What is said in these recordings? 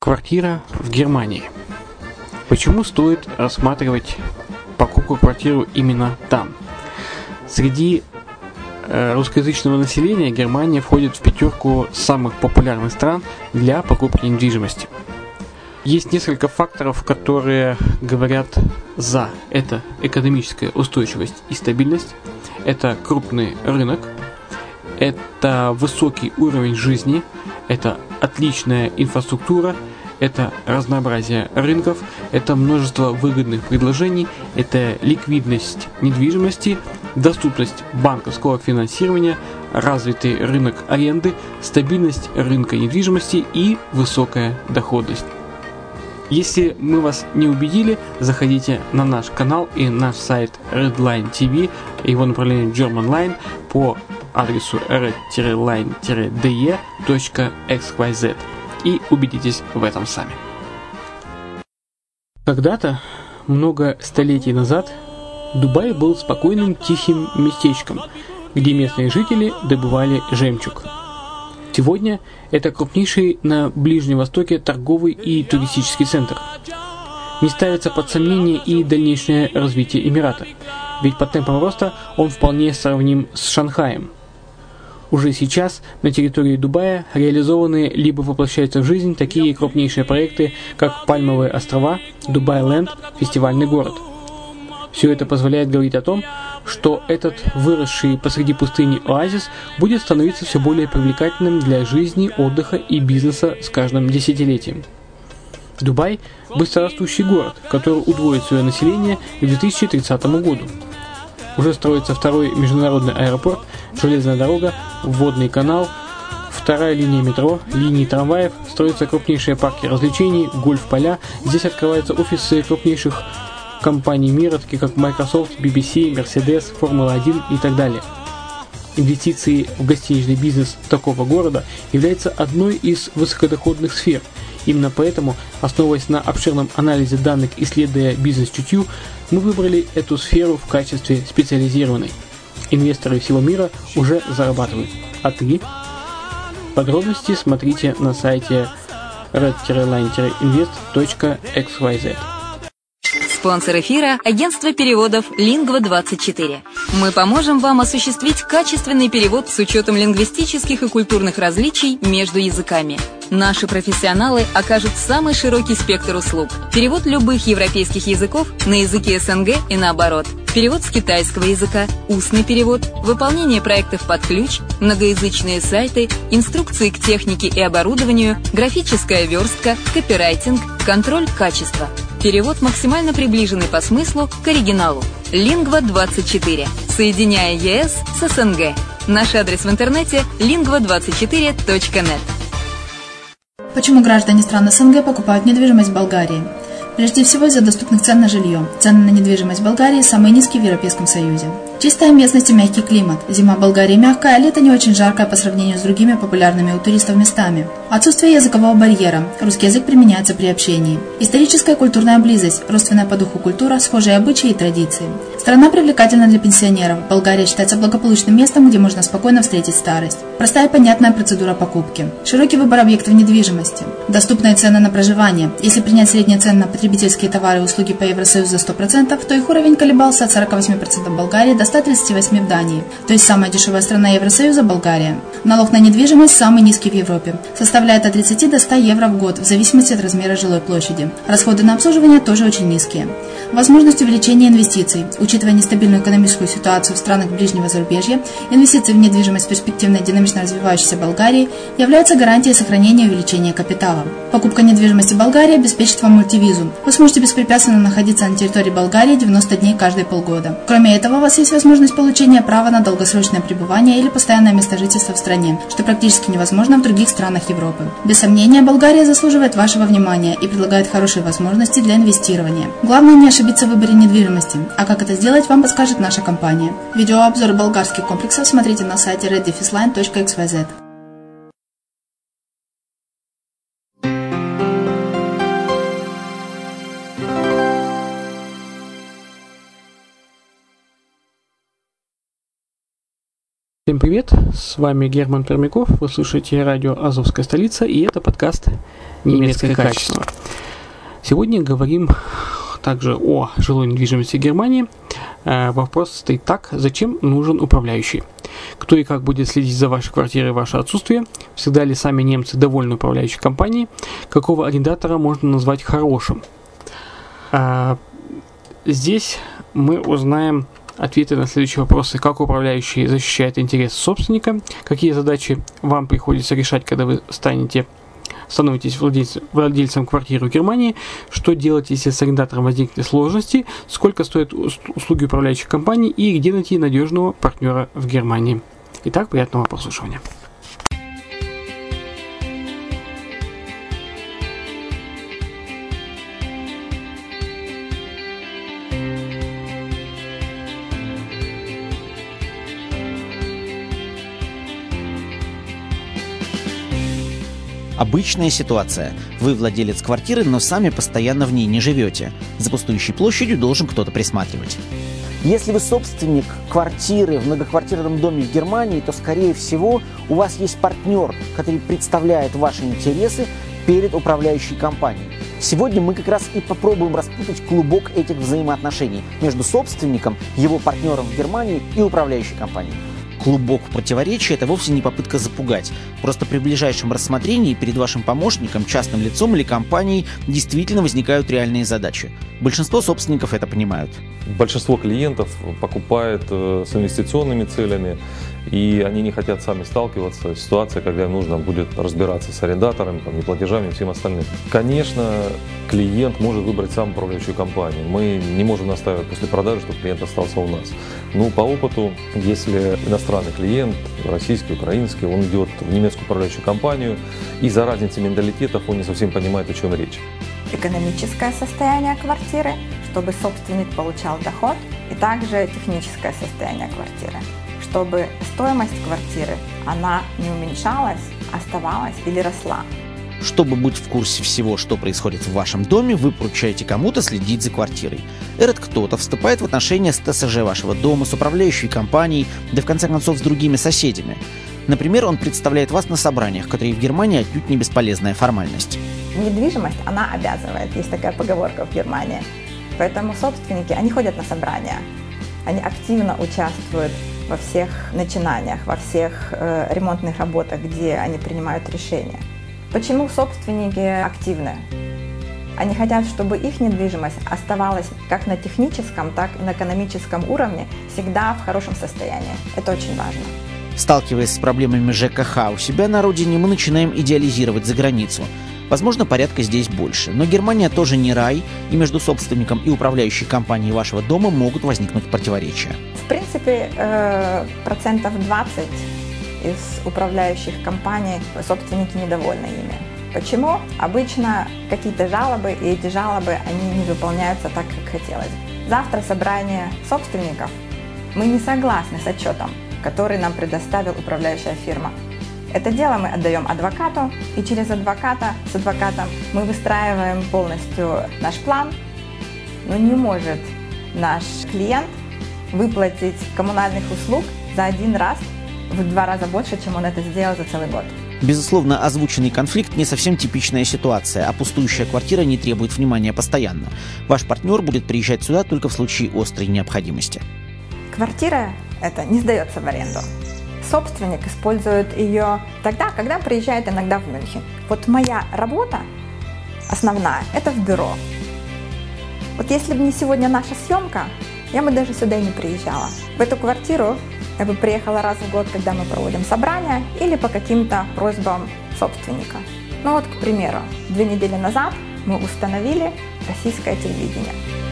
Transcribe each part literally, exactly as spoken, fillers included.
Квартира в Германии. Почему стоит рассматривать покупку квартиры именно там? Среди э, русскоязычного населения Германия входит в пятерку самых популярных стран для покупки недвижимости. Есть несколько факторов, которые говорят за. Это экономическая устойчивость и стабильность, это крупный рынок, это высокий уровень жизни, это отличная инфраструктура, это разнообразие рынков, это множество выгодных предложений, это ликвидность недвижимости, доступность банковского финансирования, развитый рынок аренды, стабильность рынка недвижимости и высокая доходность. Если мы вас не убедили, заходите на наш канал и наш сайт Redline ти ви, его направление Germanline по адресу red line d e точка x y z и убедитесь в этом сами. Когда-то, много столетий назад, Дубай был спокойным тихим местечком, где местные жители добывали жемчуг. Сегодня это крупнейший на Ближнем Востоке торговый и туристический центр. Не ставится под сомнение и дальнейшее развитие Эмирата, ведь по темпам роста он вполне сравним с Шанхаем. Уже сейчас на территории Дубая реализованы либо воплощаются в жизнь такие крупнейшие проекты, как Пальмовые острова, Дубай-Ленд, фестивальный город. Все это позволяет говорить о том, что этот выросший посреди пустыни оазис будет становиться все более привлекательным для жизни, отдыха и бизнеса с каждым десятилетием. Дубай – быстрорастущий город, который удвоит свое население к две тысячи тридцатому году. Уже строится второй международный аэропорт, железная дорога, водный канал, вторая линия метро, линии трамваев, строятся крупнейшие парки развлечений, гольф-поля. Здесь открываются офисы крупнейших компаний мира, таких как Microsoft, би би си, Mercedes, Формула один и так далее. Инвестиции в гостиничный бизнес такого города являются одной из высокодоходных сфер. Именно поэтому, основываясь на обширном анализе данных, исследуя бизнес-чутью, мы выбрали эту сферу в качестве специализированной. Инвесторы всего мира уже зарабатывают. А ты? Подробности смотрите на сайте red line invest точка x y z. Спонсор эфира – агентство переводов лингва двадцать четыре. Мы поможем вам осуществить качественный перевод с учетом лингвистических и культурных различий между языками. Наши профессионалы окажут самый широкий спектр услуг. Перевод любых европейских языков на языки эс эн гэ и наоборот. Перевод с китайского языка, устный перевод, выполнение проектов под ключ, многоязычные сайты, инструкции к технике и оборудованию, графическая верстка, копирайтинг, контроль качества. Перевод максимально приближенный по смыслу к оригиналу. лингва двадцать четыре. Соединяя е эс с эс эн гэ. Наш адрес в интернете лингва двадцать четыре точка нет. Почему граждане стран эс эн гэ покупают недвижимость в Болгарии? Прежде всего из-за доступных цен на жилье. Цены на недвижимость в Болгарии самые низкие в Европейском Союзе. Чистая местность и мягкий климат. Зима в Болгарии мягкая, а лето не очень жаркое по сравнению с другими популярными у туристов местами. Отсутствие языкового барьера. Русский язык применяется при общении. Историческая и культурная близость. Родственная по духу культура, схожие обычаи и традиции. Страна привлекательна для пенсионеров. Болгария считается благополучным местом, где можно спокойно встретить старость. Простая и понятная процедура покупки. Широкий выбор объектов недвижимости. Доступные цены на проживание. Если принять средние цены на потребительские товары и услуги по Евросоюзу за сто процентов, то их уровень колебался от сорок восемь процентов в Болгарии до ста тридцати восьми процентов в Дании. То есть самая дешевая страна Евросоюза – Болгария. Налог на недвижимость самый низкий в Европе. Составляет от тридцати до ста евро в год, в зависимости от размера жилой площади. Расходы на обслуживание тоже очень низкие. Возможность увеличения инвестиций. Учитывая нестабильную экономическую ситуацию в странах ближнего зарубежья, инвестиции в недвижимость в перспективной динамично развивающейся Болгарии являются гарантией сохранения и увеличения капитала. Покупка недвижимости в Болгарии обеспечит вам мультивизу. Вы сможете беспрепятственно находиться на территории Болгарии девяносто дней каждые полгода. Кроме этого, у вас есть возможность получения права на долгосрочное пребывание или постоянное место жительства в стране, что практически невозможно в других странах Европы. Без сомнения, Болгария заслуживает вашего внимания и предлагает хорошие возможности для инвестирования. Главное не ошибиться в выборе недвижимости, а как это сделать, вам подскажет наша компания. Видеообзор болгарских комплексов смотрите на сайте red line точка x y z. Всем привет! С вами Герман Пермяков, вы слушаете радио «Азовская столица», и это подкаст «Немецкое качество». Сегодня говорим также о жилой недвижимости Германии. Вопрос стоит так: зачем нужен управляющий? Кто и как будет следить за вашей квартирой в ваше отсутствие? Всегда ли сами немцы довольны управляющей компанией? Какого арендатора можно назвать хорошим? Здесь мы узнаем ответы на следующие вопросы: как управляющий защищает интересы собственника, какие задачи вам приходится решать, когда вы станете, становитесь владельцем, владельцем квартиры в Германии, что делать, если с арендатором возникли сложности, сколько стоят услуги управляющей компании и где найти надежного партнера в Германии. Итак, приятного прослушивания. Обычная ситуация. Вы владелец квартиры, но сами постоянно в ней не живете. За пустующей площадью должен кто-то присматривать. Если вы собственник квартиры в многоквартирном доме в Германии, то, скорее всего, у вас есть партнер, который представляет ваши интересы перед управляющей компанией. Сегодня мы как раз и попробуем распутать клубок этих взаимоотношений между собственником, его партнером в Германии и управляющей компанией. Клубок противоречия – это вовсе не попытка запугать. Просто при ближайшем рассмотрении перед вашим помощником, частным лицом или компанией действительно возникают реальные задачи. Большинство собственников это понимают. Большинство клиентов покупает э, с инвестиционными целями, и они не хотят сами сталкиваться с ситуацией, когда им нужно будет разбираться с арендаторами, там, неплатежами и всем остальным. Конечно, клиент может выбрать сам управляющую компанию. Мы не можем настаивать после продажи, чтобы клиент остался у нас. Но по опыту, если иностранный клиент, российский, украинский, он идет в немецкую управляющую компанию, из-за разницы менталитетов он не совсем понимает, о чем речь. Экономическое состояние квартиры, чтобы собственник получал доход, и также техническое состояние квартиры, чтобы стоимость квартиры, она не уменьшалась, оставалась или росла. Чтобы быть в курсе всего, что происходит в вашем доме, вы поручаете кому-то следить за квартирой. Этот кто-то вступает в отношения с ТСЖ вашего дома, с управляющей компанией, да в конце концов с другими соседями. Например, он представляет вас на собраниях, которые в Германии отнюдь не бесполезная формальность. Недвижимость, она обязывает, есть такая поговорка в Германии. Поэтому собственники, они ходят на собрания, они активно участвуют во всех начинаниях, во всех э, ремонтных работах, где они принимают решения. Почему собственники активны? Они хотят, чтобы их недвижимость оставалась как на техническом, так и на экономическом уровне всегда в хорошем состоянии. Это очень важно. Сталкиваясь с проблемами ЖКХ у себя на родине, мы начинаем идеализировать за границу. Возможно, порядка здесь больше, но Германия тоже не рай, и между собственником и управляющей компанией вашего дома могут возникнуть противоречия. В принципе, процентов двадцать из управляющих компаний собственники недовольны ими. Почему? Обычно какие-то жалобы, и эти жалобы, они не выполняются так, как хотелось. Завтра собрание собственников. Мы не согласны с отчетом, который нам предоставила управляющая фирма. Это дело мы отдаем адвокату, и через адвоката, с адвокатом мы выстраиваем полностью наш план, но не может наш клиент выплатить коммунальных услуг за один раз в два раза больше, чем он это сделал за целый год. Безусловно, озвученный конфликт не совсем типичная ситуация, а пустующая квартира не требует внимания постоянно. Ваш партнер будет приезжать сюда только в случае острой необходимости. Квартира эта не сдается в аренду. Собственник использует ее тогда, когда приезжает иногда в Мюнхен. Вот моя работа основная – это в бюро. Вот если бы не сегодня наша съемка, я бы даже сюда и не приезжала. В эту квартиру я бы приехала раз в год, когда мы проводим собрания или по каким-то просьбам собственника. Ну вот, к примеру, две недели назад мы установили российское телевидение.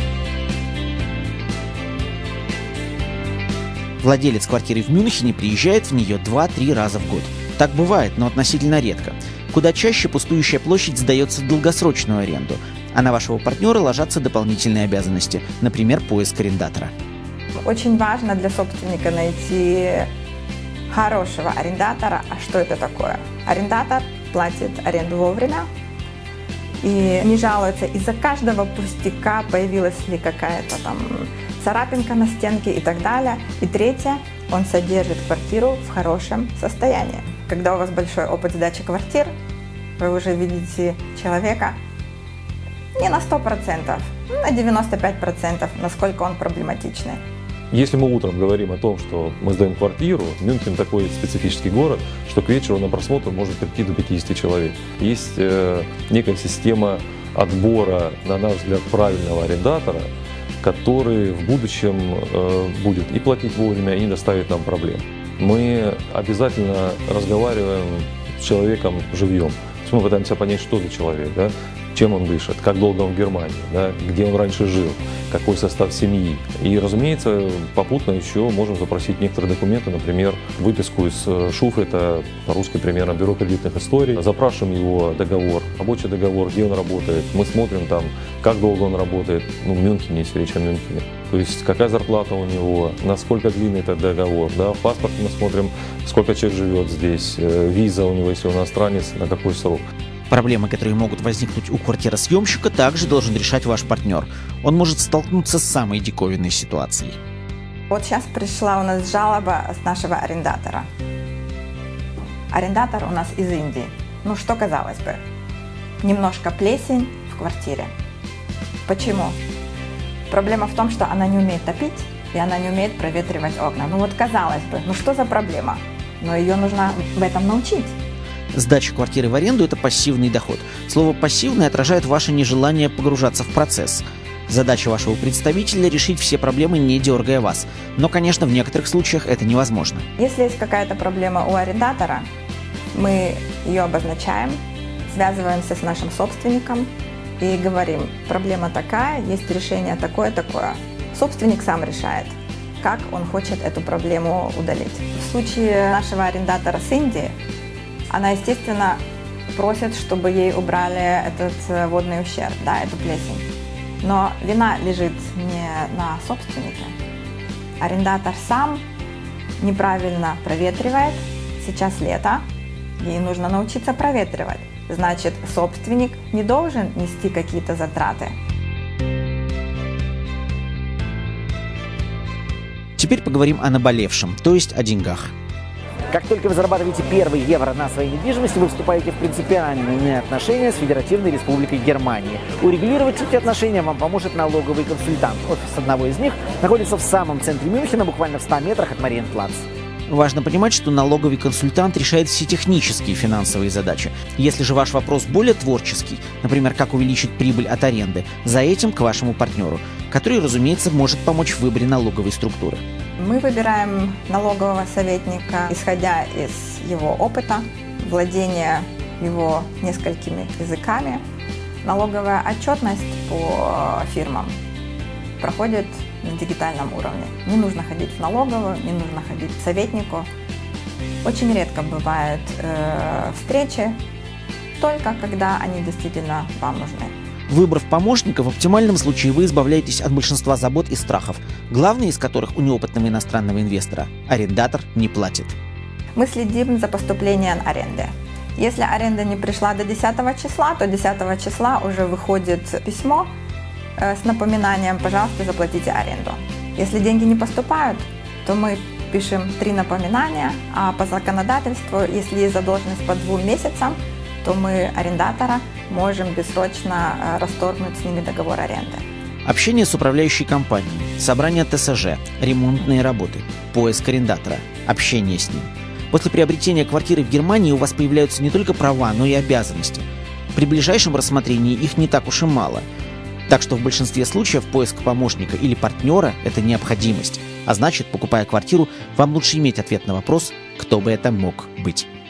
Владелец квартиры в Мюнхене приезжает в нее два-три раза в год. Так бывает, но относительно редко. Куда чаще пустующая площадь сдается в долгосрочную аренду, а на вашего партнера ложатся дополнительные обязанности, например, поиск арендатора. Очень важно для собственника найти хорошего арендатора. А что это такое? Арендатор платит аренду вовремя и не жалуется из-за каждого пустяка, появилась ли какая-то там царапинка на стенке и так далее. И третье, он содержит квартиру в хорошем состоянии. Когда у вас большой опыт сдачи квартир, вы уже видите человека не на сто процентов, на девяносто пять процентов, насколько он проблематичный. Если мы утром говорим о том, что мы сдаем квартиру, Мюнхен такой специфический город, что к вечеру на просмотр может прийти до пятидесяти человек. Есть э, некая система отбора, на наш взгляд, правильного арендатора, который в будущем э, будет и платить вовремя, и не доставить нам проблем. Мы обязательно разговариваем с человеком живьем. Мы пытаемся понять, что за человек, да? Чем он дышит, как долго он в Германии, да? Где он раньше жил, какой состав семьи. И, разумеется, попутно еще можем запросить некоторые документы, например, выписку из ШУФ, это по-русски примерно бюро кредитных историй. Запрашиваем его договор, рабочий договор, где он работает. Мы смотрим там, как долго он работает, ну, в Мюнхене, если речь о Мюнхене. То есть, какая зарплата у него, насколько длинный этот договор. Да? В паспорте мы смотрим, сколько человек живет здесь, виза у него, если он иностранец, на какой срок. Проблемы, которые могут возникнуть у квартиросъемщика, также должен решать ваш партнер. Он может столкнуться с самой диковинной ситуацией. Вот сейчас пришла у нас жалоба с нашего арендатора. Арендатор у нас из Индии. Ну, что казалось бы, немножко плесень в квартире. Почему? Проблема в том, что она не умеет топить, и она не умеет проветривать окна. Ну вот казалось бы, ну что за проблема? Но ее нужно в этом научить. Сдача квартиры в аренду – это пассивный доход. Слово «пассивный» отражает ваше нежелание погружаться в процесс. Задача вашего представителя – решить все проблемы, не дергая вас. Но, конечно, в некоторых случаях это невозможно. Если есть какая-то проблема у арендатора, мы ее обозначаем, связываемся с нашим собственником и говорим: проблема такая, есть решение такое-такое. Собственник сам решает, как он хочет эту проблему удалить. В случае нашего арендатора с Индии, она, естественно, просит, чтобы ей убрали этот водный ущерб, да, эту плесень. Но вина лежит не на собственнике. Арендатор сам неправильно проветривает. Сейчас лето, ей нужно научиться проветривать. Значит, собственник не должен нести какие-то затраты. Теперь поговорим о наболевшем, то есть о деньгах. Как только вы зарабатываете первый евро на своей недвижимости, вы вступаете в принципиальные отношения с Федеративной Республикой Германии. Урегулировать эти отношения вам поможет налоговый консультант. Офис одного из них находится в самом центре Мюнхена, буквально в ста метрах от Мариенплац. Важно понимать, что налоговый консультант решает все технические финансовые задачи. Если же ваш вопрос более творческий, например, как увеличить прибыль от аренды, за этим к вашему партнеру, который, разумеется, может помочь в выборе налоговой структуры. Мы выбираем налогового советника, исходя из его опыта, владения его несколькими языками. Налоговая отчетность по фирмам проходит на дигитальном уровне. Не нужно ходить в налоговую, не нужно ходить к советнику. Очень редко бывают э, встречи, только когда они действительно вам нужны. Выбрав помощника, в оптимальном случае вы избавляетесь от большинства забот и страхов, главный из которых у неопытного иностранного инвестора – арендатор не платит. Мы следим за поступлением аренды. Если аренда не пришла до десятого числа, то десятого числа уже выходит письмо с напоминанием: пожалуйста, заплатите аренду. Если деньги не поступают, то мы пишем три напоминания, а по законодательству, если есть задолженность по двум месяцам, то мы арендатора можем бессрочно расторгнуть с ними договор аренды. Общение с управляющей компанией, собрание ТСЖ, ремонтные работы, поиск арендатора, общение с ним. После приобретения квартиры в Германии у вас появляются не только права, но и обязанности. При ближайшем рассмотрении их не так уж и мало. Так что в большинстве случаев поиск помощника или партнера – это необходимость. А значит, покупая квартиру, вам лучше иметь ответ на вопрос, кто бы это мог быть.